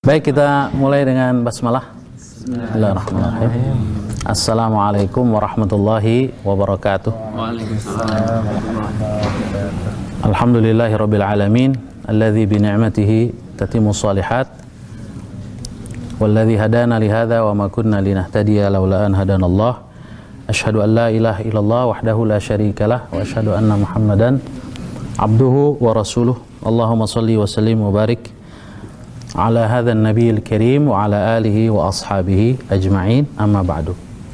Baik, kita mulai dengan basmalah. Bismillahirrahmanirrahim. Assalamualaikum warahmatullahi wabarakatuh. Waalaikumsalam. Alhamdulillahirabbil alamin, alladzi bi ni'matihi tatimmu shalihat. Walladzi hadana li hadza wa ma kunna linahtadiya laula an hadanallah. Asyhadu an la ilaha illallah wahdahu la syarikalah wa asyhadu anna Muhammadan abduhu wa rasuluh. Allahumma shalli wa sallim wa barik ala hadzal nabiyil karim wa ala alihi wa ashabihi ajma'in, amma ba'du.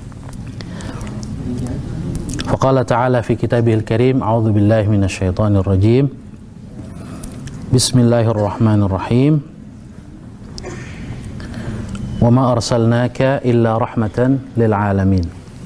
Faqala ta'ala fi kitabihil karim, a'udzu billahi minasy syaithanir rajim. Bismillahirrahmanirrahim. Wa ma arsalnaka illa rahmatan lil alamin.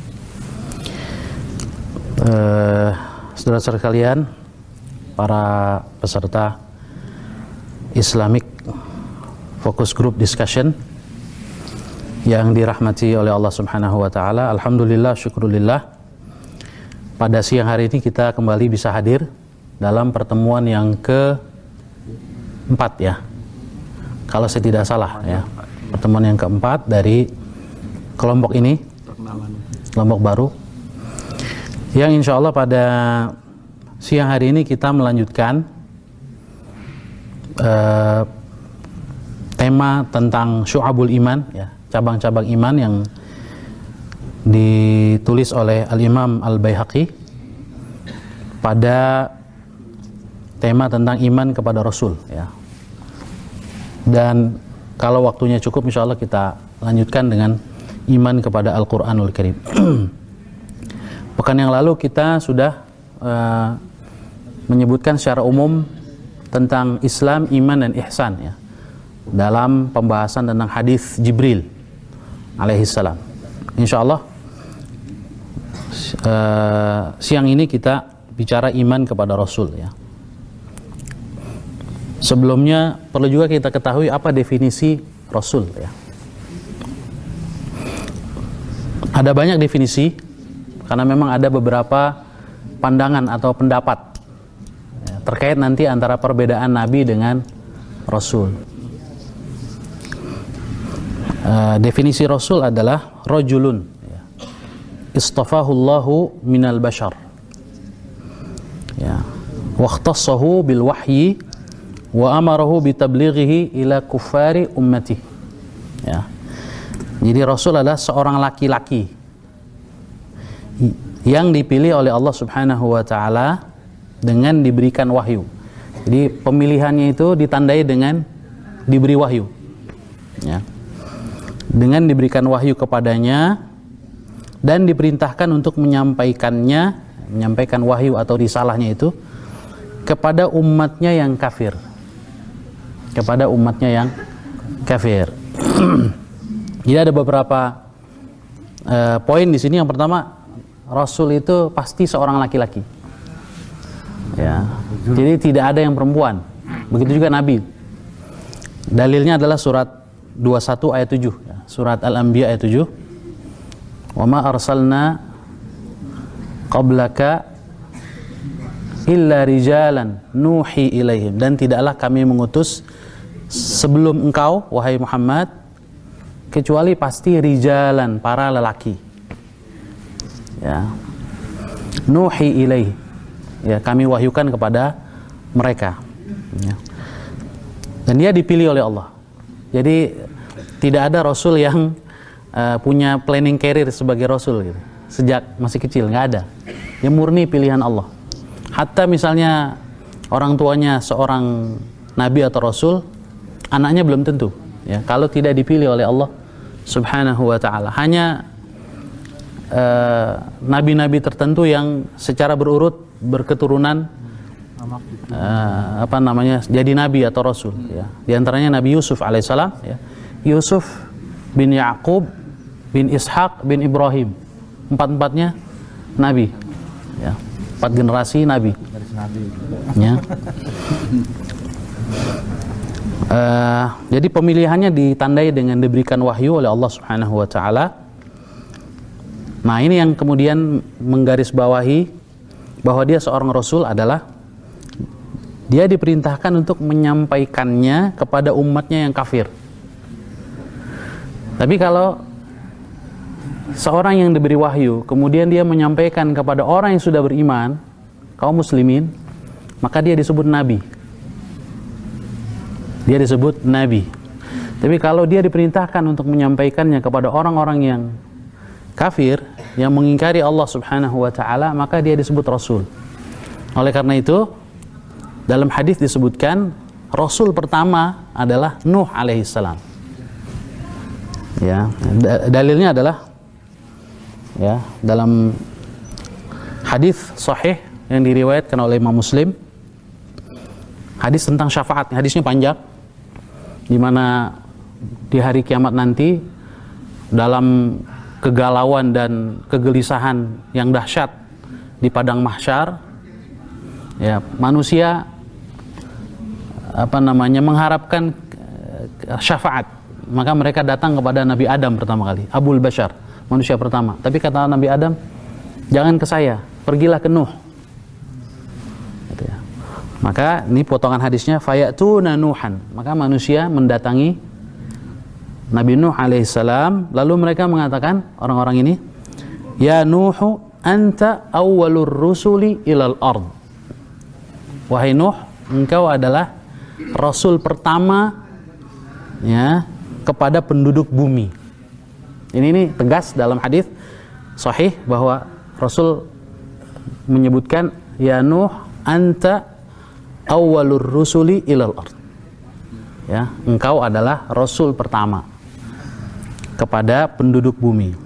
Saudara-saudara sekalian, para peserta Islamic Focus Group Discussion yang dirahmati oleh Allah Subhanahu wa taala, alhamdulillah, syukurillah, pada siang hari ini kita kembali bisa hadir dalam pertemuan yang keempat ya, kalau saya tidak salah ya, pertemuan yang keempat dari kelompok ini, kelompok baru, yang insya Allah pada siang hari ini kita melanjutkan tema tentang syu'abul iman ya, cabang-cabang iman yang ditulis oleh Al-Imam Al-Baihaqi pada tema tentang iman kepada Rasul ya. Dan kalau waktunya cukup, insya Allah kita lanjutkan dengan iman kepada Al-Quranul Karim. Pekan yang lalu kita sudah menyebutkan secara umum tentang Islam, iman, dan ihsan ya, dalam pembahasan tentang hadis Jibril alaihissalam. Insya Allah siang ini kita bicara iman kepada Rasul ya. Sebelumnya perlu juga kita ketahui apa definisi Rasul ya. Ada banyak definisi karena memang ada beberapa pandangan atau pendapat ya, terkait nanti antara perbedaan Nabi dengan Rasul. Definisi Rasul adalah rajulun ya, istafahullahu minal bashar ya, wa ikhtassahu bil wahyi wa amarahu bitablighihi ila kuffari ummati ya. Jadi Rasul adalah seorang laki-laki yang dipilih oleh Allah Subhanahu wa taala dengan diberikan wahyu. Jadi pemilihannya itu ditandai dengan diberi wahyu ya. Dengan diberikan wahyu kepadanya dan diperintahkan untuk menyampaikan wahyu atau risalahnya itu kepada umatnya yang kafir. Kepada umatnya yang kafir. Jadi ada beberapa poin di sini. Yang pertama, Rasul itu pasti seorang laki-laki. Ya. Jadi tidak ada yang perempuan. Begitu juga Nabi. Dalilnya adalah surat 21 ayat 7 ya. Surat Al-Anbiya ayat 7. Wa ma arsalna qablaka illa rijalan nuhi ilaihim, dan tidaklah kami mengutus sebelum engkau wahai Muhammad kecuali pasti rijalan, para lelaki ya, nuhi ilaih ya, kami wahyukan kepada mereka ya. Dan dia dipilih oleh Allah. Jadi tidak ada Rasul yang punya planning career sebagai Rasul gitu, sejak masih kecil, nggak ada. Dia murni pilihan Allah. Hatta misalnya orang tuanya seorang Nabi atau Rasul, anaknya belum tentu ya, kalau tidak dipilih oleh Allah Subhanahu wa ta'ala. Hanya nabi-nabi tertentu yang secara berurut berketurunan jadi nabi atau Rasul ya. Di antaranya Nabi Yusuf alaihissalam ya. Yusuf bin Yaqub bin Ishaq bin Ibrahim, empat-empatnya nabi ya, 4 generasi nabi ya. Jadi pemilihannya ditandai dengan diberikan wahyu oleh Allah Subhanahu wa taala. Nah, ini yang kemudian menggarisbawahi bahwa dia seorang Rasul adalah dia diperintahkan untuk menyampaikannya kepada umatnya yang kafir. Tapi kalau seorang yang diberi wahyu kemudian dia menyampaikan kepada orang yang sudah beriman, kaum muslimin, maka dia disebut nabi. Dia disebut nabi. Tapi kalau dia diperintahkan untuk menyampaikannya kepada orang-orang yang kafir, yang mengingkari Allah Subhanahu wa taala, maka dia disebut rasul. Oleh karena itu, dalam hadis disebutkan rasul pertama adalah Nuh alaihissalam. Ya, dalilnya adalah ya, dalam hadis sahih yang diriwayatkan oleh Imam Muslim, hadis tentang syafaat. Hadisnya panjang, di mana di hari kiamat nanti dalam kegalauan dan kegelisahan yang dahsyat di padang mahsyar, ya, manusia mengharapkan syafaat. Maka mereka datang kepada Nabi Adam pertama kali, Abul Bashar, manusia pertama. Tapi kata Nabi Adam, jangan ke saya, pergilah ke Nuh. Gitu ya. Maka ini potongan hadisnya, fayatuna Nuhan. Maka manusia mendatangi Nabi Nuh alaihissalam, lalu mereka mengatakan, orang-orang ini, ya Nuhu anta awwalur rusuli ilal ard. Wahai Nuh, engkau adalah rasul pertama, ya, kepada penduduk bumi. Ini tegas dalam hadis sahih bahwa Rasul menyebutkan, ya Nuh anta awwalur rusuli ilal ard. Ya, engkau adalah rasul pertama kepada penduduk bumi.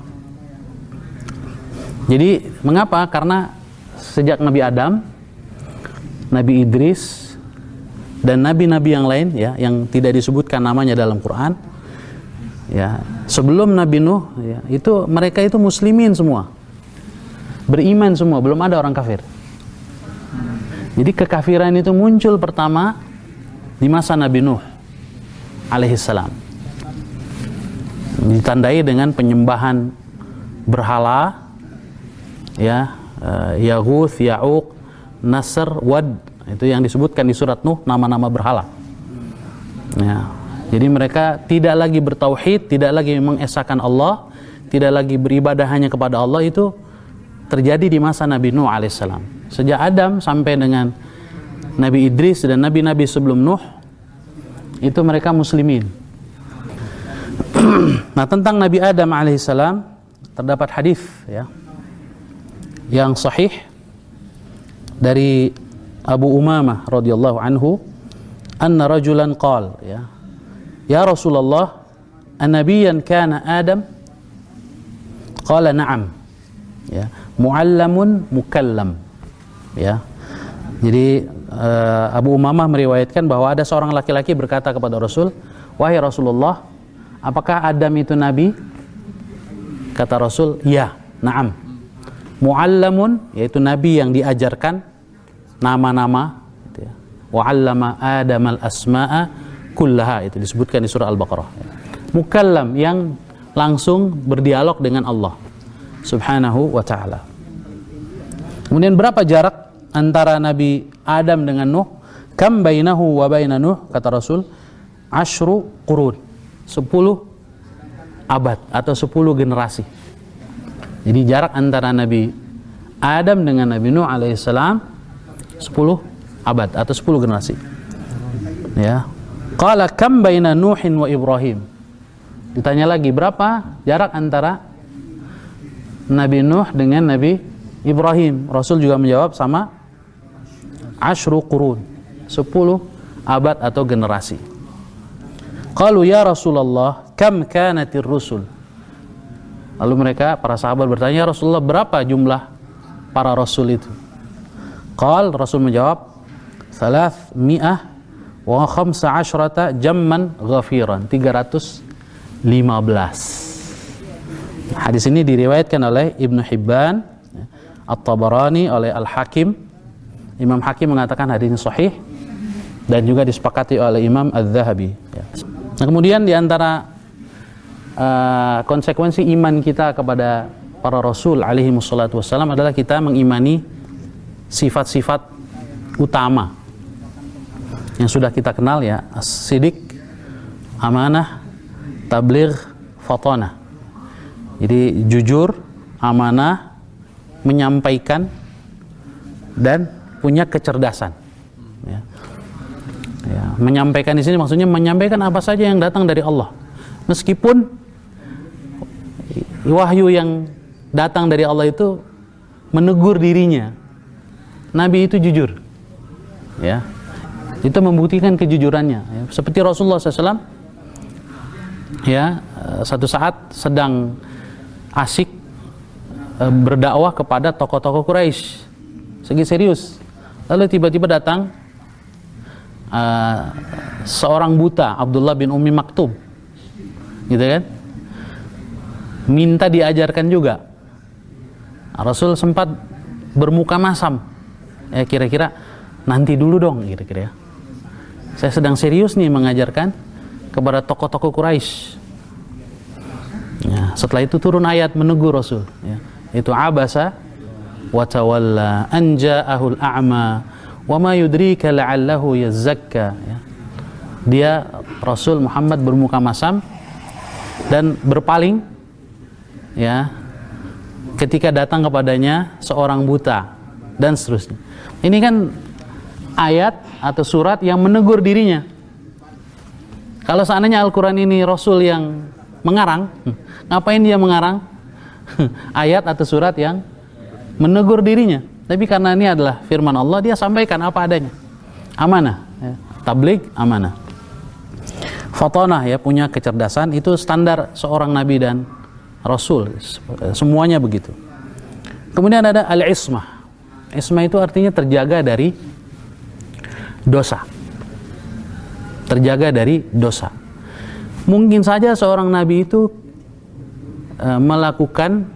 Jadi mengapa? Karena sejak Nabi Adam, Nabi Idris, dan nabi-nabi yang lain, ya, yang tidak disebutkan namanya dalam Quran, ya, sebelum Nabi Nuh, ya, itu mereka itu muslimin semua, beriman semua, belum ada orang kafir. Jadi kekafiran itu muncul pertama di masa Nabi Nuh alaihissalam, ditandai dengan penyembahan berhala, ya, Yaghuth, Ya'uq, Nasr, Wad. Itu yang disebutkan di surat Nuh, nama-nama berhala. Ya. Jadi mereka tidak lagi bertauhid, tidak lagi mengesahkan Allah, tidak lagi beribadah hanya kepada Allah. Itu terjadi di masa Nabi Nuh alaihissalam. Sejak Adam sampai dengan Nabi Idris dan nabi-nabi sebelum Nuh, itu mereka muslimin. Nah, tentang Nabi Adam alaihissalam terdapat hadis, ya, yang sahih dari Abu Umamah radhiyallahu anhu, anna rajulan qala, ya Rasulullah, an-nabiyyan kana Adam? Qala na'am. Ya, muallamun mukallam. Ya. Jadi Abu Umamah meriwayatkan bahwa ada seorang laki-laki berkata kepada Rasul, wahai Rasulullah, apakah Adam itu nabi? Kata Rasul, ya, na'am. Muallamun, yaitu nabi yang diajarkan nama-nama, gitu ya. Wa 'allama Adamal asma'a kullaha, itu disebutkan di surah Al-Baqarah. Mukallam, yang langsung berdialog dengan Allah Subhanahu wa ta'ala. Kemudian berapa jarak antara Nabi Adam dengan Nuh? Kam bainahu wa baina Nuh, kata Rasul, 10 qurun, 10 abad atau 10 generasi. Jadi jarak antara Nabi Adam dengan Nabi Nuh alaihissalam 10 abad atau 10 generasi. Ya. Qala kam baina Nuhin wa Ibrahim. Ditanya lagi, berapa jarak antara Nabi Nuh dengan Nabi Ibrahim? Rasul juga menjawab sama, 10 qurun, 10 abad atau generasi. Qalu ya Rasulullah, kam kanatir rusul? Lalu mereka, para sahabat bertanya, ya Rasulullah, berapa jumlah para rasul itu? Qal, Rasul menjawab, 315 jamman ghafiran, 315. Hadis ini diriwayatkan oleh Ibnu Hibban, At-Tabarani, oleh Al-Hakim. Imam Hakim mengatakan hadis ini sahih dan juga disepakati oleh Imam Az-Zahabi. Nah, kemudian di antara konsekuensi iman kita kepada para rasul alaihi wassalatu wassalam adalah kita mengimani sifat-sifat utama yang sudah kita kenal, ya, as-sidiq, amanah, tabligh, fatonah. Jadi jujur, amanah, menyampaikan, dan punya kecerdasan. Ya. Ya, menyampaikan di sini maksudnya menyampaikan apa saja yang datang dari Allah, meskipun wahyu yang datang dari Allah itu menegur dirinya. Nabi itu jujur, ya, itu membuktikan kejujurannya. Ya. Seperti Rasulullah SAW, ya, satu saat sedang asik berdakwah kepada tokoh-tokoh Quraisy, segi serius. Lalu tiba-tiba datang seorang buta, Abdullah bin Ummi Maktum, gitu kan, minta diajarkan juga. Rasul sempat bermuka masam, ya, kira-kira nanti dulu dong, kira-kira ya. Saya sedang serius nih mengajarkan kepada tokoh-tokoh Quraisy. Ya, setelah itu turun ayat menegur Rasul, ya. Itu abasa wa tawalla an ja'ahul a'ma wa ma yudrika la'allahu yazakka, ya. Dia Rasul Muhammad bermuka masam dan berpaling, ya, ketika datang kepadanya seorang buta, dan seterusnya. Ini kan ayat atau surat yang menegur dirinya. Kalau seandainya Al-Quran ini Rasul yang mengarang, ngapain dia mengarang ayat atau surat yang menegur dirinya? Tapi karena ini adalah firman Allah, dia sampaikan apa adanya. Amanah, ya. Tabligh amanah. Fatonah, ya, punya kecerdasan. Itu standar seorang nabi dan rasul, semuanya begitu. Kemudian ada al-ismah. Ismah itu artinya terjaga dari dosa. Terjaga dari dosa. Mungkin saja seorang nabi itu melakukan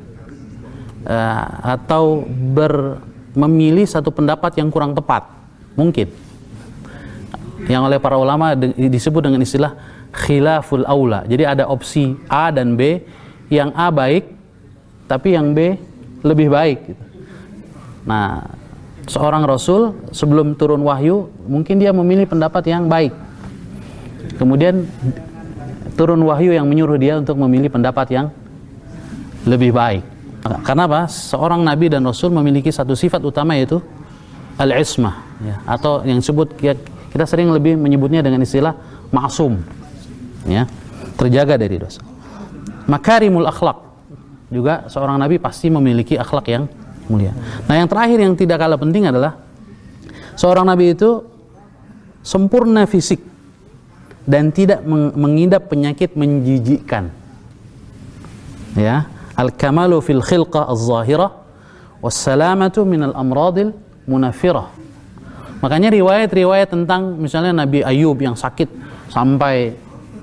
atau memilih satu pendapat yang kurang tepat, mungkin, yang oleh para ulama disebut dengan istilah khilaful aula. Jadi ada opsi A dan B, yang A baik tapi yang B lebih baik, gitu. Nah, seorang rasul sebelum turun wahyu mungkin dia memilih pendapat yang baik, kemudian turun wahyu yang menyuruh dia untuk memilih pendapat yang lebih baik. Karena apa? Seorang nabi dan rasul memiliki satu sifat utama, yaitu al-ismah, ya, atau yang disebut, kita sering lebih menyebutnya dengan istilah ma'sum, ya, terjaga dari dosa. Makarimul akhlak, juga seorang nabi pasti memiliki akhlak yang mulia. Nah, yang terakhir yang tidak kalah penting adalah seorang nabi itu sempurna fisik dan tidak mengidap penyakit menjijikkan, ya. Al-kamalu fil khilqah az-zahirah wassalamatu minal amradil munafirah. Makanya riwayat-riwayat tentang misalnya Nabi Ayub yang sakit sampai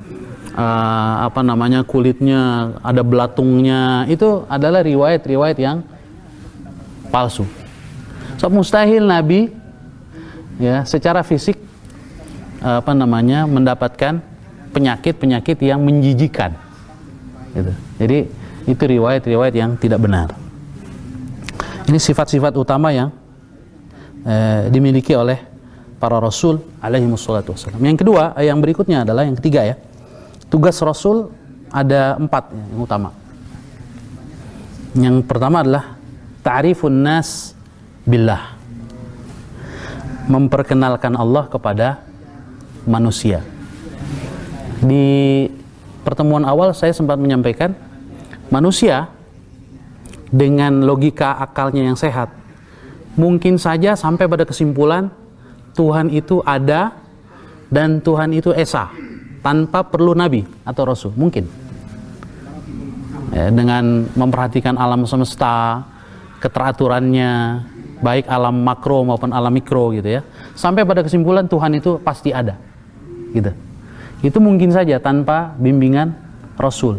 kulitnya ada belatungnya, itu adalah riwayat-riwayat yang palsu. So, mustahil Nabi, ya, secara fisik mendapatkan penyakit-penyakit yang menjijikan, gitu. Jadi itu riwayat-riwayat yang tidak benar. Ini sifat-sifat utama yang dimiliki oleh para rasul alaihi wassalatu wassalam. Yang kedua, yang berikutnya adalah yang ketiga, ya. Tugas rasul ada 4 yang utama. Yang pertama adalah ta'rifun nas billah, memperkenalkan Allah kepada manusia. Di pertemuan awal saya sempat menyampaikan, manusia dengan logika akalnya yang sehat mungkin saja sampai pada kesimpulan Tuhan itu ada dan Tuhan itu esa tanpa perlu nabi atau rasul, mungkin, ya, dengan memperhatikan alam semesta, keteraturannya, baik alam makro maupun alam mikro, gitu, ya, sampai pada kesimpulan Tuhan itu pasti ada, gitu. Itu mungkin saja tanpa bimbingan rasul.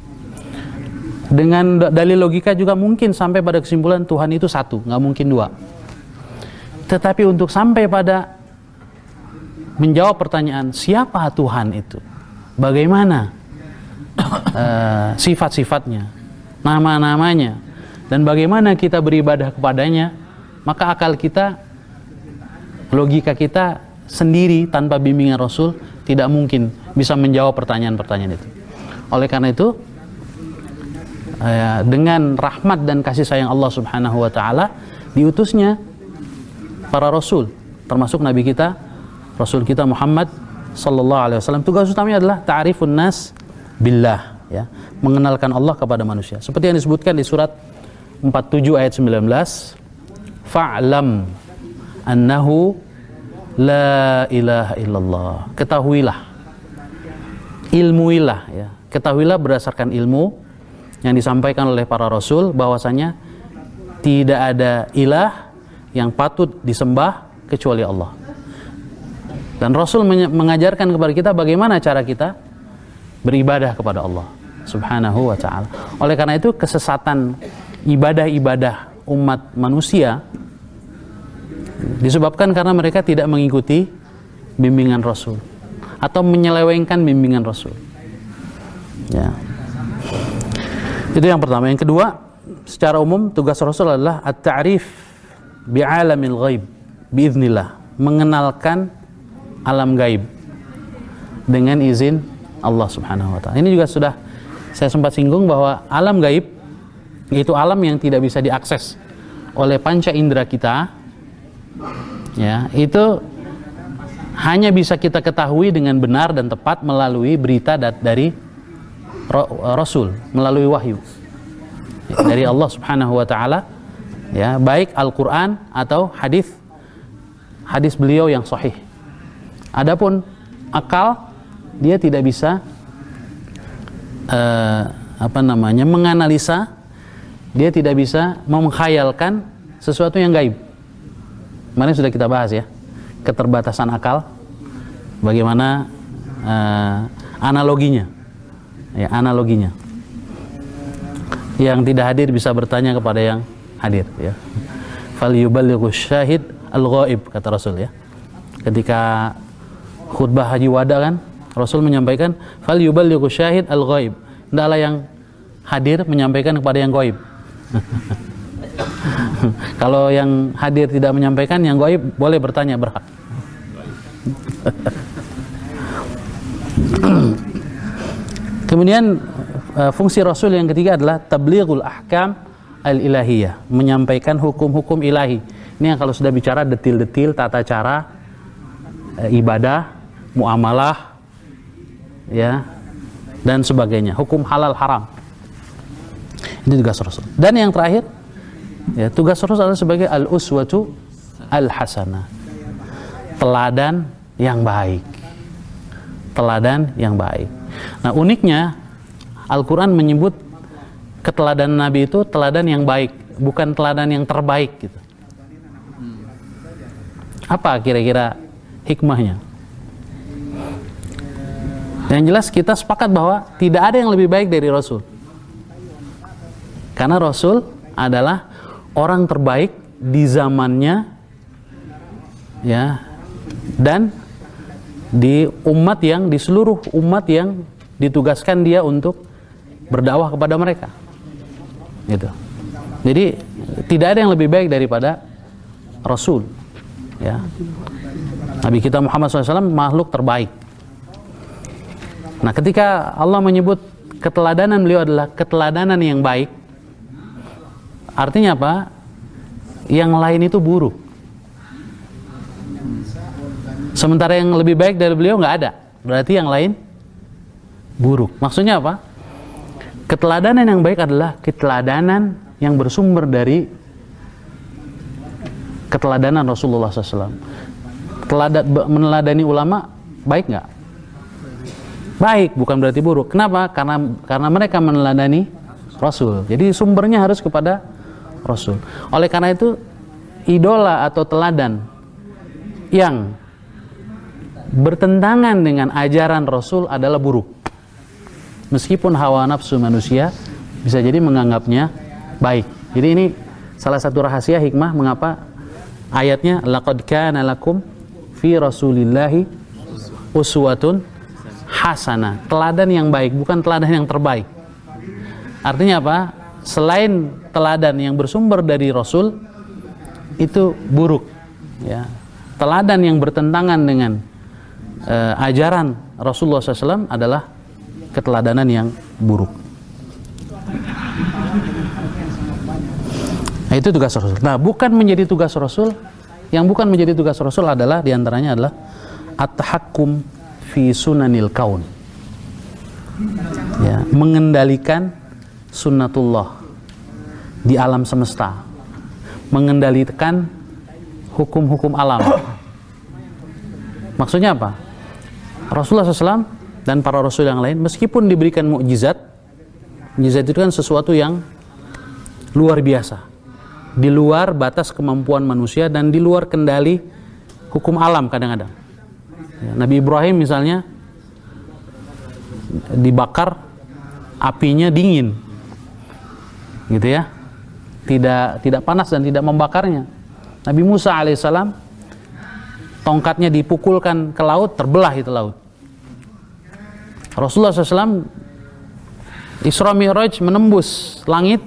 Dengan dalil logika juga mungkin sampai pada kesimpulan Tuhan itu satu, nggak mungkin 2. Tetapi untuk sampai pada menjawab pertanyaan siapa Tuhan itu, bagaimana sifat-sifatnya, nama-namanya, dan bagaimana kita beribadah kepadanya, maka akal kita, logika kita sendiri tanpa bimbingan Rasul tidak mungkin bisa menjawab pertanyaan-pertanyaan itu. Oleh karena itu, dengan rahmat dan kasih sayang Allah Subhanahu wa taala diutusnya para rasul, termasuk nabi kita, rasul kita Muhammad sallallahu alaihi wasallam. Tugas utamanya adalah ta'rifun nas billah, ya, mengenalkan Allah kepada manusia. Seperti yang disebutkan di surat 47 ayat 19, fa'lam annahu la ilaha illallah. Ketahuilah, ilmuilah, ya. Ketahuilah berdasarkan ilmu yang disampaikan oleh para rasul bahwasanya tidak ada ilah yang patut disembah kecuali Allah. Dan Rasul mengajarkan kepada kita bagaimana cara kita beribadah kepada Allah Subhanahu wa ta'ala. Oleh karena itu kesesatan ibadah-ibadah umat manusia disebabkan karena mereka tidak mengikuti bimbingan Rasul atau menyelewengkan bimbingan Rasul. Ya. Itu yang pertama. Yang kedua, secara umum tugas Rasul adalah at-ta'rif bi'alamil ghaib biiznillah, mengenalkan alam gaib dengan izin Allah Subhanahu wa ta'ala. Ini juga sudah saya sempat singgung bahwa alam gaib yaitu alam yang tidak bisa diakses oleh panca indera kita, ya, itu hanya bisa kita ketahui dengan benar dan tepat melalui berita dari Rasul, melalui wahyu dari Allah Subhanahu wa ta'ala, ya, baik Al-Quran atau hadis beliau yang sahih. Adapun akal, dia tidak bisa menganalisa, dia tidak bisa mengkhayalkan sesuatu yang gaib. Kemarin sudah kita bahas, ya, keterbatasan akal, bagaimana analoginya, ya, analoginya. Yang tidak hadir bisa bertanya kepada yang hadir, ya. Falyuballighu syahid al-ghaib, kata Rasul, ya. Ketika khutbah haji wada kan, Rasul menyampaikan falyuballighu syahid al-ghaib. Hendaklah yang hadir menyampaikan kepada yang ghaib. Kalau yang hadir tidak menyampaikan, yang ghaib boleh bertanya, berhak. Kemudian fungsi Rasul yang ketiga adalah tablighul ahkam al-ilahiyah, menyampaikan hukum-hukum ilahi. Ini yang kalau sudah bicara detil-detil tata cara ibadah, muamalah, ya, dan sebagainya, hukum halal haram. Ini tugas Rasul. Dan yang terakhir, ya, tugas Rasul adalah sebagai al-uswatu al-hasanah, teladan yang baik. Teladan yang baik. Nah, uniknya Al-Quran menyebut keteladanan Nabi itu teladan yang baik, bukan teladan yang terbaik gitu. Apa kira-kira hikmahnya? Yang jelas kita sepakat bahwa tidak ada yang lebih baik dari Rasul. Karena Rasul adalah orang terbaik di zamannya, ya, dan di umat yang, di seluruh umat yang ditugaskan dia untuk berdakwah kepada mereka. Gitu. Jadi tidak ada yang lebih baik daripada Rasul, ya. Nabi kita Muhammad SAW makhluk terbaik. Nah, ketika Allah menyebut keteladanan beliau adalah keteladanan yang baik, artinya apa? Yang lain itu buruk. Sementara yang lebih baik dari beliau nggak ada. Berarti yang lain buruk. Maksudnya apa? Keteladanan yang baik adalah keteladanan yang bersumber dari keteladanan Rasulullah SAW. Meneladani ulama baik nggak? Baik, bukan berarti buruk. Kenapa? Karena mereka meneladani Rasul. Jadi sumbernya harus kepada Rasul. Oleh karena itu, idola atau teladan yang bertentangan dengan ajaran Rasul adalah buruk. Meskipun hawa nafsu manusia bisa jadi menganggapnya baik. Jadi ini salah satu rahasia hikmah mengapa ayatnya laqad kana lakum fi rasulillahi uswatun hasanah, teladan yang baik, bukan teladan yang terbaik. Artinya apa? Selain teladan yang bersumber dari Rasul itu buruk, ya. Teladan yang bertentangan dengan ajaran Rasulullah SAW adalah keteladanan yang buruk. Nah, itu tugas Rasul. Nah, bukan menjadi tugas Rasul, yang bukan menjadi tugas Rasul adalah diantaranya adalah at-tahakkum fi sunanil kaun. Ya, mengendalikan sunnatullah di alam semesta, mengendalikan hukum-hukum alam. Maksudnya apa? Rasulullah SAW dan para Rasul yang lain meskipun diberikan mukjizat, mukjizat itu kan sesuatu yang luar biasa, di luar batas kemampuan manusia dan di luar kendali hukum alam kadang-kadang. Ya, Nabi Ibrahim misalnya dibakar, apinya dingin, gitu ya, tidak panas dan tidak membakarnya. Nabi Musa alaihissalam, tongkatnya dipukulkan ke laut, terbelah itu laut. Rasulullah SAW Isra Mi'raj menembus langit,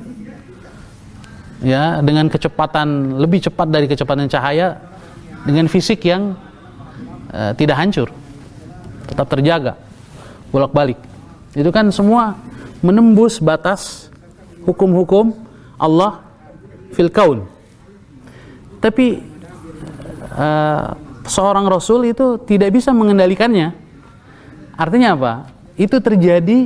ya, dengan kecepatan lebih cepat dari kecepatan cahaya, dengan fisik yang tidak hancur, tetap terjaga, bolak-balik. Itu kan semua menembus batas hukum-hukum Allah fil kaun. Tapi seorang Rasul itu tidak bisa mengendalikannya. Artinya apa? Itu terjadi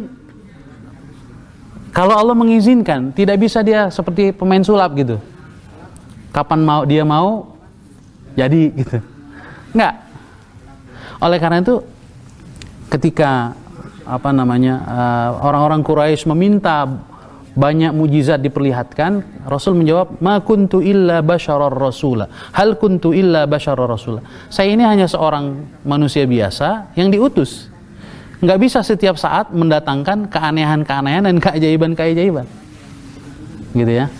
kalau Allah mengizinkan, tidak bisa dia seperti pemain sulap gitu. Kapan dia mau, jadi gitu. Enggak. Oleh karena itu, ketika orang-orang Quraisy meminta banyak mujizat diperlihatkan, Rasul menjawab, "Ma kuntu illa basyarar rasula." Hal kuntu illa basyarar rasula. Saya ini hanya seorang manusia biasa yang diutus. Nggak bisa setiap saat mendatangkan keanehan-keanehan dan keajaiban-keajaiban, gitu ya.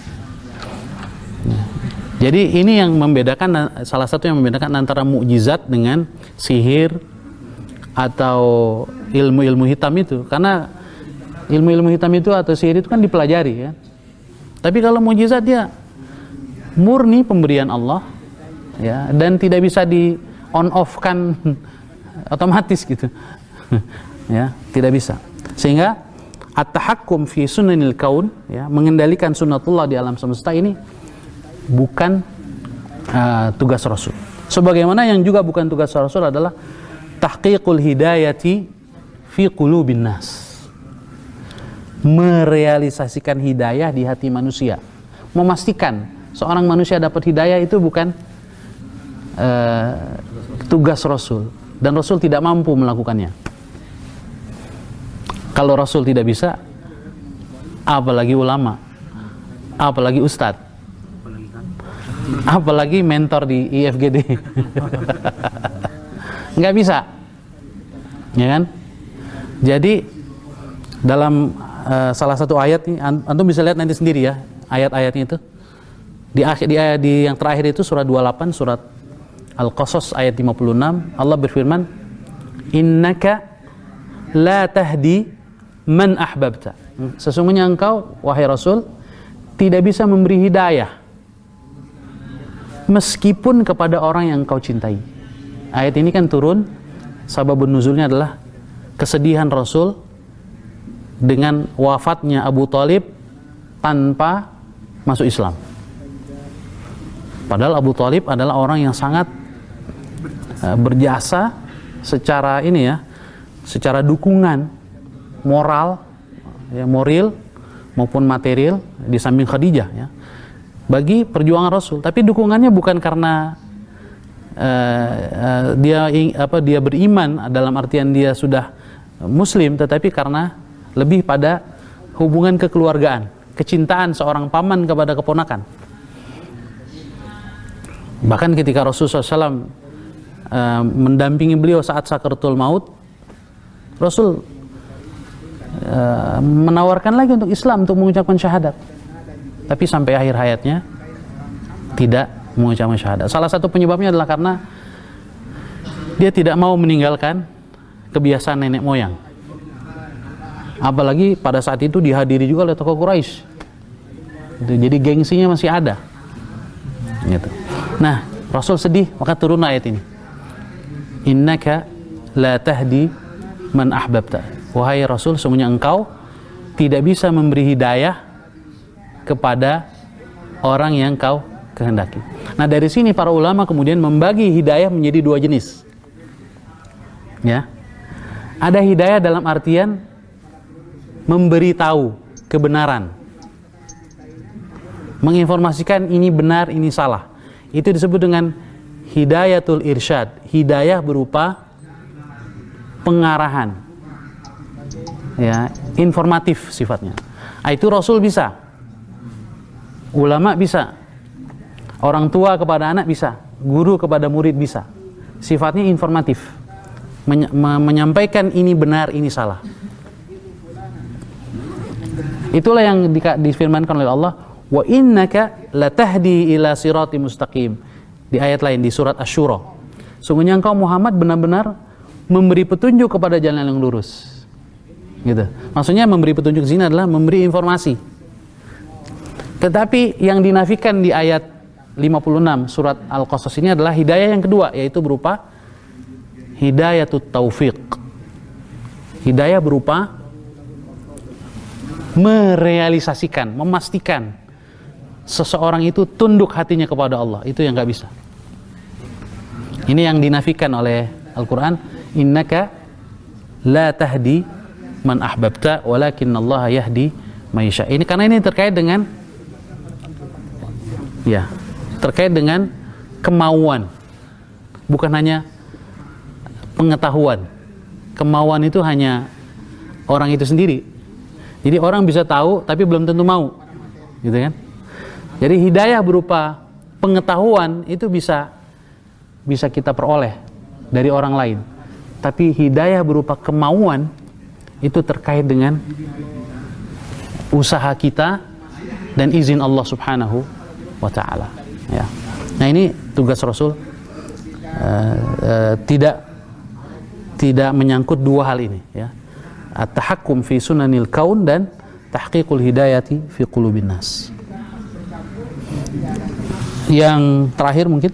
Jadi ini yang membedakan, salah satu yang membedakan antara mukjizat dengan sihir atau ilmu-ilmu hitam itu. Karena ilmu-ilmu hitam itu atau sihir itu kan dipelajari ya. Tapi kalau mukjizat dia murni pemberian Allah, ya, dan tidak bisa di on off kan otomatis gitu. Ya, tidak bisa. Sehingga at-tahakkum fi sunanil kaun, ya, mengendalikan sunnatullah di alam semesta ini bukan tugas Rasul. Sebagaimana yang juga bukan tugas Rasul adalah tahqiqul hidayati fi qulubin nas. Merealisasikan hidayah di hati manusia. Memastikan seorang manusia dapat hidayah itu bukan tugas Rasul, dan Rasul tidak mampu melakukannya. Kalau Rasul tidak bisa, apalagi ulama, apalagi ustadz, apalagi mentor di IFGD. Nggak bisa, ya kan? Jadi dalam salah satu ayat nih, antum bisa lihat nanti sendiri ya ayat-ayatnya itu. Di yang terakhir itu surat 28, surat Al-Qasas ayat 56, Allah berfirman, "Innaka la tahdi man ahbabta." Sesungguhnya engkau, wahai Rasul, tidak bisa memberi hidayah meskipun kepada orang yang engkau cintai. Ayat ini kan turun, sababun nuzulnya adalah kesedihan Rasul dengan wafatnya Abu Thalib tanpa masuk Islam. Padahal Abu Thalib adalah orang yang sangat berjasa secara ini ya, secara dukungan moral, ya, moral maupun material di samping Khadijah, ya, bagi perjuangan Rasul. Tapi dukungannya bukan karena dia beriman dalam artian dia sudah Muslim, tetapi karena lebih pada hubungan kekeluargaan, kecintaan seorang paman kepada keponakan. Bahkan ketika Rasulullah SAW mendampingi beliau saat sakaratul maut, Rasul menawarkan lagi untuk Islam, untuk mengucapkan syahadat. Tapi sampai akhir hayatnya tidak mengucapkan syahadat. Salah satu penyebabnya adalah karena dia tidak mau meninggalkan kebiasaan nenek moyang. Apalagi pada saat itu dihadiri juga oleh tokoh Quraisy. Jadi gengsinya masih ada. Gitu. Nah, Rasul sedih, maka turun ayat ini. Innaka la tahdi man ahbabta. Wahai Rasul, sesungguhnya engkau tidak bisa memberi hidayah kepada orang yang kau kehendaki. Nah, dari sini para ulama kemudian membagi hidayah menjadi dua jenis. Ya. Ada hidayah dalam artian memberitahu kebenaran, menginformasikan ini benar, ini salah. Itu disebut dengan hidayatul irsyad. Hidayah berupa pengarahan, ya, informatif sifatnya. Itu Rasul bisa, ulama bisa, orang tua kepada anak bisa, guru kepada murid bisa. Sifatnya informatif, menyampaikan ini benar, ini salah. Itulah yang difirmankan oleh Allah, wa innaka latahdi ila sirati mustaqim. Di ayat lain di surat Asy-Syura, sungguhnya engkau Muhammad benar-benar memberi petunjuk kepada jalan yang lurus. Gitu. Maksudnya memberi petunjuk sini adalah memberi informasi. Tetapi yang dinafikan di ayat 56 surat Al-Qasas ini adalah hidayah yang kedua, yaitu berupa hidayatut taufiq. Hidayah berupa merealisasikan, memastikan seseorang itu tunduk hatinya kepada Allah. Itu yang nggak bisa. Ini yang dinafikan oleh Al-Quran, innaka la tahdi man ahbabta walakinallaha yahdi may yasha. Ini karena ini terkait dengan kemauan, bukan hanya pengetahuan. Kemauan itu hanya orang itu sendiri. Jadi orang bisa tahu tapi belum tentu mau, gitu kan? Jadi hidayah berupa pengetahuan itu bisa kita peroleh dari orang lain. Tapi hidayah berupa kemauan itu terkait dengan usaha kita dan izin Allah Subhanahu wa ta'ala. Ya. Nah, ini tugas Rasul, tidak menyangkut dua hal ini, ya. At-tahakkum fi sunanil kaun dan tahqiqul hidayati fi qulubin nas. Yang terakhir mungkin,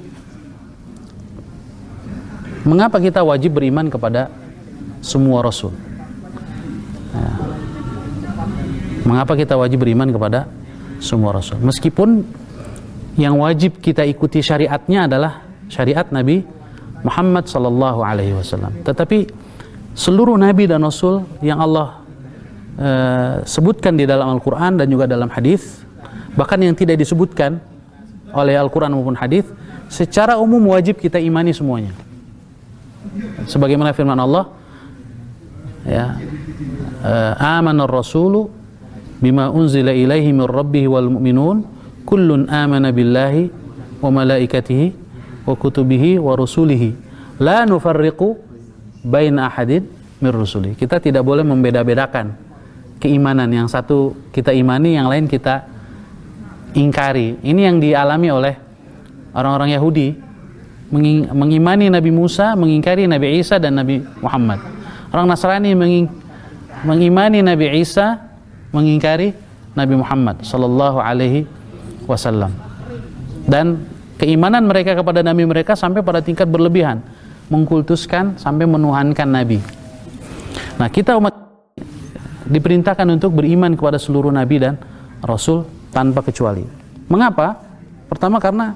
mengapa kita wajib beriman kepada semua Rasul? Ya. Mengapa kita wajib beriman kepada semua Rasul? Meskipun yang wajib kita ikuti syariatnya adalah syariat Nabi Muhammad sallallahu alaihi wasallam. Tetapi seluruh Nabi dan Rasul yang Allah sebutkan di dalam Al-Quran dan juga dalam hadis, bahkan yang tidak disebutkan oleh Al-Quran maupun hadis, secara umum wajib kita imani semuanya. Sebagaimana firman Allah, ya, amanar rasulu bima unzila ilaihi min rabbih wal mu'minun kullun amana billahi wa malaikatihi wa kutubihi wa rusulihi la nufarriqu baina ahadin min rusuli. Kita tidak boleh membeda-bedakan keimanan, yang satu kita imani, yang lain kita ingkari. Ini yang dialami oleh orang-orang Yahudi, mengimani Nabi Musa, mengingkari Nabi Isa dan Nabi Muhammad. Orang Nasrani mengimani Nabi Isa, mengingkari Nabi Muhammad sallallahu alaihi wasallam. Dan keimanan mereka kepada nabi mereka sampai pada tingkat berlebihan, mengkultuskan sampai menuhankan nabi. Nah, kita umat diperintahkan untuk beriman kepada seluruh nabi dan rasul tanpa kecuali. Mengapa? Pertama karena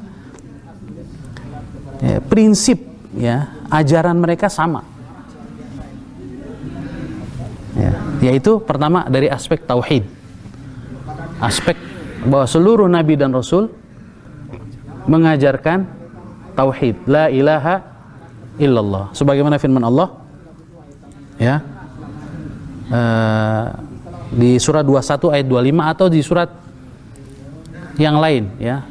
prinsip, ya, ajaran mereka sama, ya, yaitu pertama dari aspek tauhid, aspek bahwa seluruh nabi dan rasul mengajarkan tauhid, la ilaha illallah, sebagaimana firman Allah, ya, di surat 21 ayat 25 atau di surat yang lain, ya,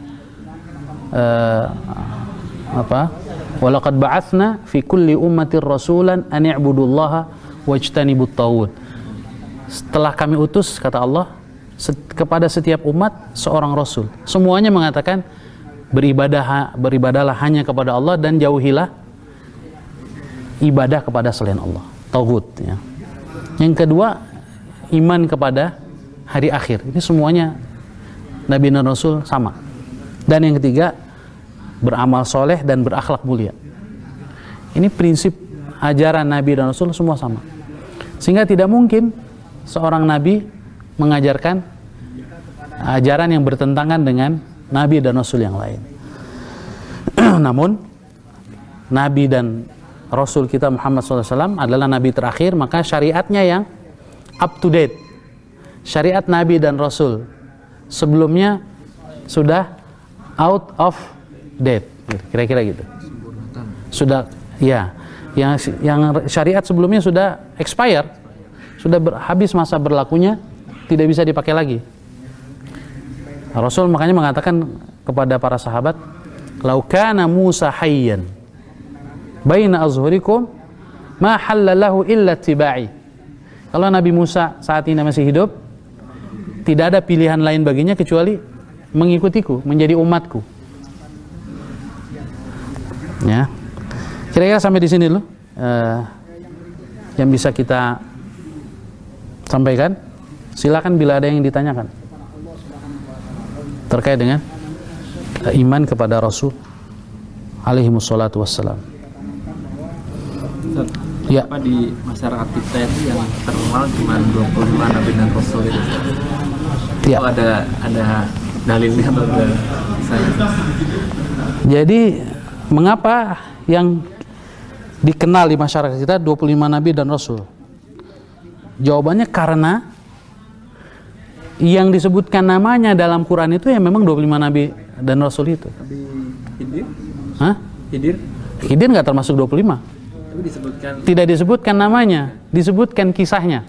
walaqad ba'atsna fi kulli ummatir rasulan an i'budullaha wajtanibut taghut. Setelah kami utus, kata Allah, kepada setiap umat seorang rasul, semuanya mengatakan beribadahlah hanya kepada Allah dan jauhilah ibadah kepada selain Allah, taghut, ya. Yang kedua, iman kepada hari akhir. Ini semuanya nabi dan rasul sama. Dan yang ketiga, beramal soleh dan berakhlak mulia. Ini prinsip ajaran nabi dan rasul semua sama. Sehingga tidak mungkin seorang nabi mengajarkan ajaran yang bertentangan dengan nabi dan rasul yang lain. Namun nabi dan rasul kita Muhammad SAW adalah nabi terakhir, maka syariatnya yang up to date. Syariat nabi dan rasul sebelumnya sudah out of date, kira-kira gitu. Sudah, ya, yang syariat sebelumnya sudah expire, sudah habis masa berlakunya, tidak bisa dipakai lagi. Rasul makanya mengatakan kepada para sahabat, "Lau kana Musa hayyan baina azhurikum ma halalahu illa tibai." Kalau Nabi Musa saat ini masih hidup, tidak ada pilihan lain baginya kecuali mengikutiku, menjadi umatku. Ya, kira-kira sampai di sini dulu yang bisa kita sampaikan. Silakan bila ada yang ditanyakan terkait dengan iman kepada Rasul alaihi wassalatu wassalam. Ya. Apa di masyarakat kita itu yang terkenal cuma 25 nabi dan rasul itu? Ya. Oh, ada dalilnya atau enggak? Jadi mengapa yang dikenal di masyarakat kita 25 nabi dan rasul? Jawabannya karena yang disebutkan namanya dalam Quran itu ya memang 25 nabi dan rasul itu. Tapi Khidir? Hah? Khidir? Khidir nggak termasuk 25. Tapi disebutkan. Tidak disebutkan namanya, disebutkan kisahnya.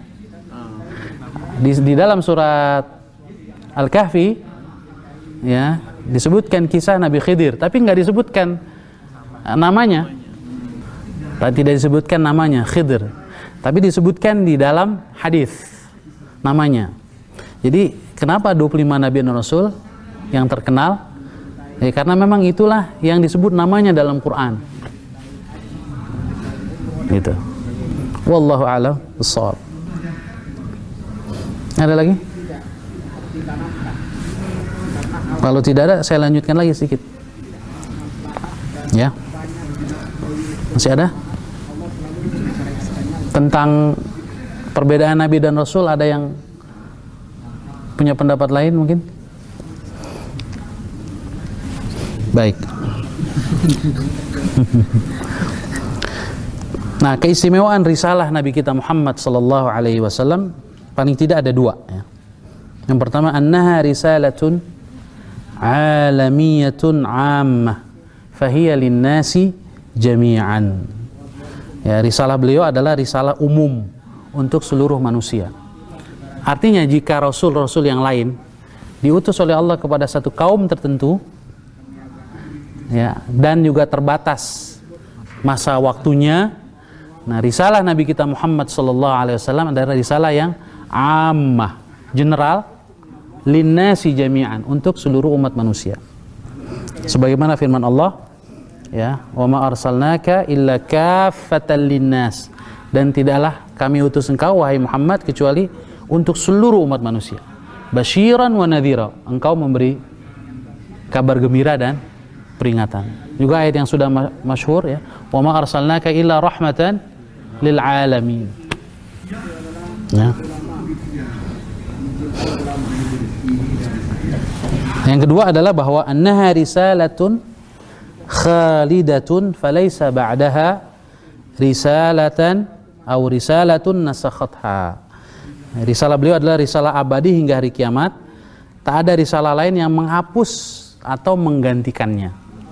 Di dalam surat Al-Kahfi ya, disebutkan kisah Nabi Khidir, tapi nggak disebutkan namanya. Tidak disebutkan namanya Khidir, tapi disebutkan di dalam hadis namanya. Jadi kenapa 25 nabi dan rasul yang terkenal? Ya, karena memang itulah yang disebut namanya dalam Quran. Gitu. Wallahu a'lam bishawab. Ada lagi? Kalau tidak ada, saya lanjutkan lagi sedikit. Ya. Masih ada? Tentang perbedaan nabi dan rasul, ada yang punya pendapat lain mungkin? Baik. Nah, keistimewaan risalah Nabi kita Muhammad sallallahu alaihi wasallam paling tidak ada dua ya. Yang pertama, annaha risalatun alamiyatun 'ammah fahiya lin-nasi jami'an. Ya, risalah beliau adalah risalah umum untuk seluruh manusia. Artinya jika rasul-rasul yang lain diutus oleh Allah kepada satu kaum tertentu ya, dan juga terbatas masa waktunya, nah risalah Nabi kita Muhammad sallallahu alaihi wasallam adalah risalah yang ammah, general, linnasi jami'an, untuk seluruh umat manusia. Sebagaimana firman Allah ya, wa ma arsalnaka illa kaffatan linnas, dan tidaklah kami utus engkau wahai Muhammad kecuali untuk seluruh umat manusia. Basyiran wa nadhira, engkau memberi kabar gembira dan peringatan. Juga ayat yang sudah masyhur ya, wa ma arsalnaka illa rahmatan lil alamin. Ya. Yang kedua adalah bahwa annaha risalatun khalidatun falaysa ba'daha risalatan atau risalatun nasakhatha. Risalah beliau adalah risalah abadi hingga hari kiamat. Tak ada risalah lain yang menghapus atau menggantikannya.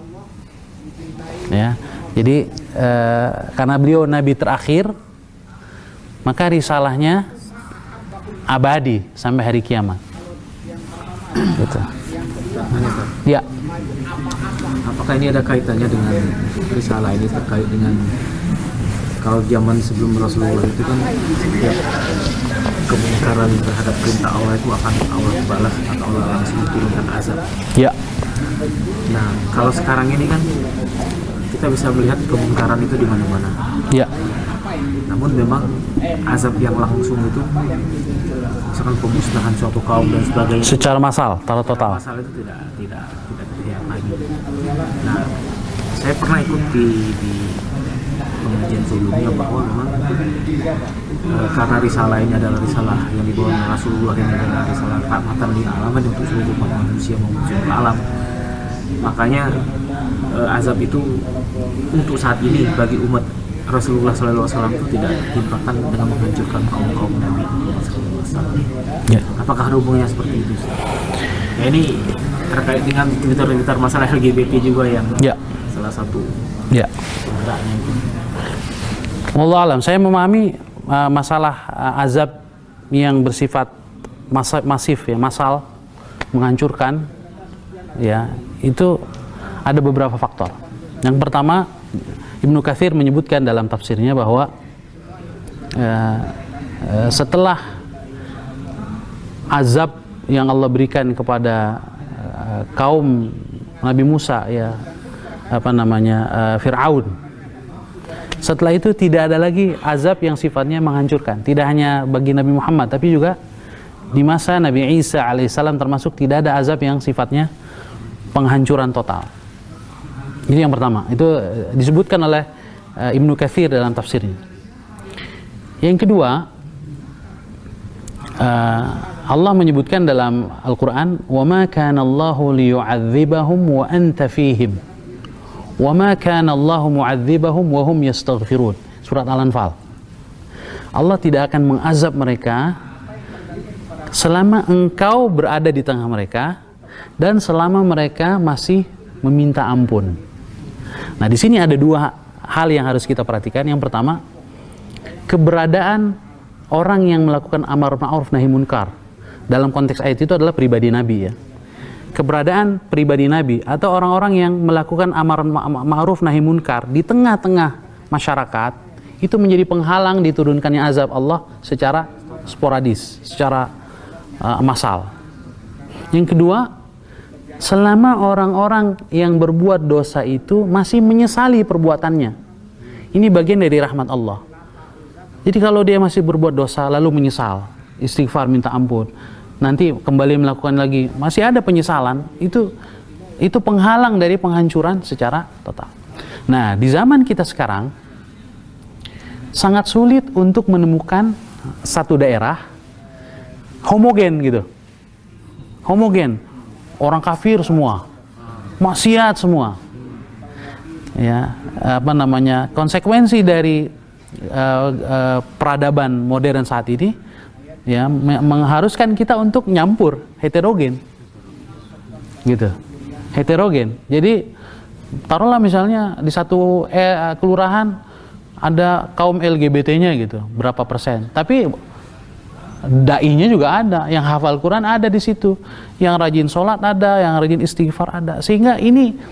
Ya, jadi karena beliau nabi terakhir, maka risalahnya abadi sampai hari kiamat. Gitu. Ya. Apakah ini ada kaitannya dengan risalah ini, terkait dengan kalau zaman sebelum Rasulullah itu kan setiap kemungkaran terhadap perintah Allah itu akan Allah balas atau Allah langsung turunkan azab. Ya. Nah, kalau sekarang ini kan kita bisa melihat kemungkaran itu di mana-mana. Ya. Namun memang azab yang langsung itu, misalkan pemusnahan suatu kaum dan sebagainya, Secara massal, secara total. masalah itu tidak terlihat lagi. Nah, saya pernah ikut di pengajian sebelumnya bahwa memang karena risalah ini adalah risalah yang dibawa oleh Rasulullah, ini adalah risalah rahmatan lil alamin untuk seluruh umat manusia maupun seluruh alam. Makanya azab itu untuk saat ini bagi umat Rasulullah SAW itu tidak ditimpakan dengan menghancurkan kaum Nabi SAW. Ya. Apakah ada hubungannya seperti itu? Ya, ini terkait dengan Twitter masalah LGBT juga yang salah satu penggeraknya itu. Wallahu alam, saya memahami masalah azab yang bersifat masif ya, massal, menghancurkan ya, itu ada beberapa faktor. Yang pertama, Ibnu Katsir menyebutkan dalam tafsirnya bahwa setelah azab yang Allah berikan kepada kaum Nabi Musa ya, Fir'aun, setelah itu tidak ada lagi azab yang sifatnya menghancurkan. Tidak hanya bagi Nabi Muhammad, tapi juga di masa Nabi Isa alaihissalam termasuk tidak ada azab yang sifatnya penghancuran total. Ini yang pertama, itu disebutkan oleh Ibnu Katsir dalam tafsirnya. Yang kedua, Allah menyebutkan dalam Al-Quran, وَمَا كَانَ اللَّهُ لِيُعَذِّبَهُمْ وَأَنْتَ فِيهِمْ وَمَا كَانَ اللَّهُ مُعَذِّبَهُمْ وَهُمْ يَسْتَغْفِرُونَ. Surat Al-Anfal. Allah tidak akan mengazab mereka selama engkau berada di tengah mereka dan selama mereka masih meminta ampun. Nah, di sini ada dua hal yang harus kita perhatikan. Yang pertama, keberadaan orang yang melakukan amar ma'ruf nahi munkar dalam konteks ayat itu adalah pribadi Nabi ya. Keberadaan pribadi Nabi atau orang-orang yang melakukan amar ma'ruf nahi munkar di tengah-tengah masyarakat itu menjadi penghalang diturunkannya azab Allah secara sporadis, secara massal. Yang kedua, selama orang-orang yang berbuat dosa itu masih menyesali perbuatannya, ini bagian dari rahmat Allah. Jadi kalau dia masih berbuat dosa lalu menyesal, istighfar, minta ampun, nanti kembali melakukan lagi, masih ada penyesalan, itu penghalang dari penghancuran secara total. Nah, di zaman kita sekarang sangat sulit untuk menemukan satu daerah homogen gitu. Homogen. Orang kafir semua, maksiat semua, ya, konsekuensi dari peradaban modern saat ini, ya, mengharuskan kita untuk nyampur, heterogen, gitu, heterogen. Jadi taruhlah misalnya di satu kelurahan ada kaum LGBT-nya gitu, berapa persen, tapi dai-nya juga ada, yang hafal Quran ada di situ, yang rajin sholat ada, yang rajin istighfar ada, sehingga ini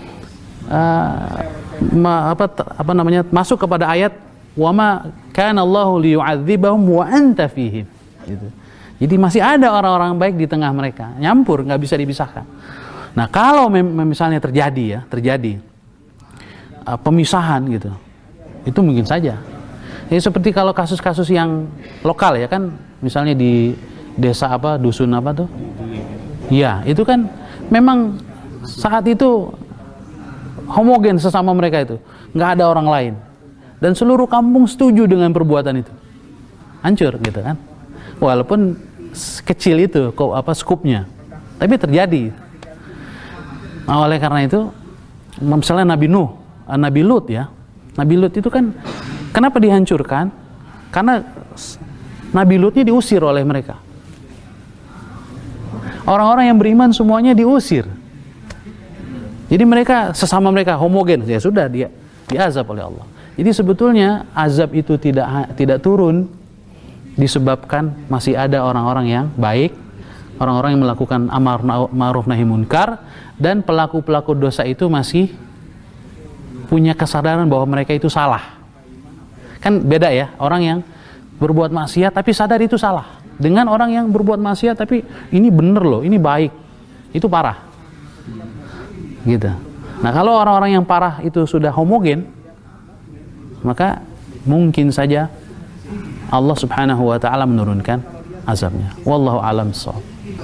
masuk kepada ayat wama kana Allahu liyu'adzibahum wa anta fihim gitu. Jadi masih ada orang-orang baik di tengah mereka, nyampur, nggak bisa dipisahkan. Nah, kalau misalnya terjadi pemisahan gitu, itu mungkin saja. Jadi seperti kalau kasus-kasus yang lokal ya kan, misalnya di desa dusun tuh, ya itu kan memang saat itu homogen sesama mereka itu, nggak ada orang lain, dan seluruh kampung setuju dengan perbuatan itu, hancur gitu kan, walaupun kecil itu skupnya, tapi terjadi. Nah, oleh karena itu, misalnya Nabi Lut ya, Nabi Lut itu kan kenapa dihancurkan? Karena Nabi Lutnya diusir oleh mereka. Orang-orang yang beriman semuanya diusir. Jadi mereka sesama mereka homogen, ya sudah dia diazab oleh Allah. Jadi sebetulnya azab itu tidak turun disebabkan masih ada orang-orang yang baik, orang-orang yang melakukan amar ma'ruf nahi munkar, dan pelaku-pelaku dosa itu masih punya kesadaran bahwa mereka itu salah. Kan beda ya, orang yang berbuat maksiat tapi sadar itu salah, dengan orang yang berbuat maksiat tapi ini bener loh, ini baik, itu parah gitu. Nah, kalau orang-orang yang parah itu sudah homogen, maka mungkin saja Allah subhanahu wa ta'ala menurunkan azabnya. Wallahu a'lam bishawab.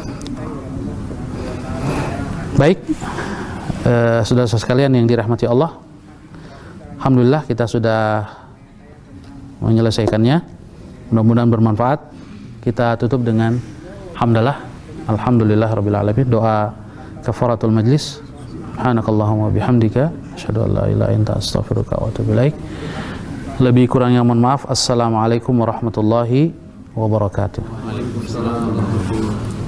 Baik, saudara-saudara sekalian yang dirahmati Allah, alhamdulillah kita sudah menyelesaikannya. Mudah-mudahan bermanfaat. Kita tutup dengan hamdalah, alhamdulillah rabbil alamin, doa kafaratul majlis. Subhanakallahumma bihamdika asyhadu an la ilaha illa anta astaghfiruka wa atubu ilaik. Lebih kurangnya mohon maaf. Assalamualaikum warahmatullahi wabarakatuh. Waalaikumsalam warahmatullahi wabarakatuh.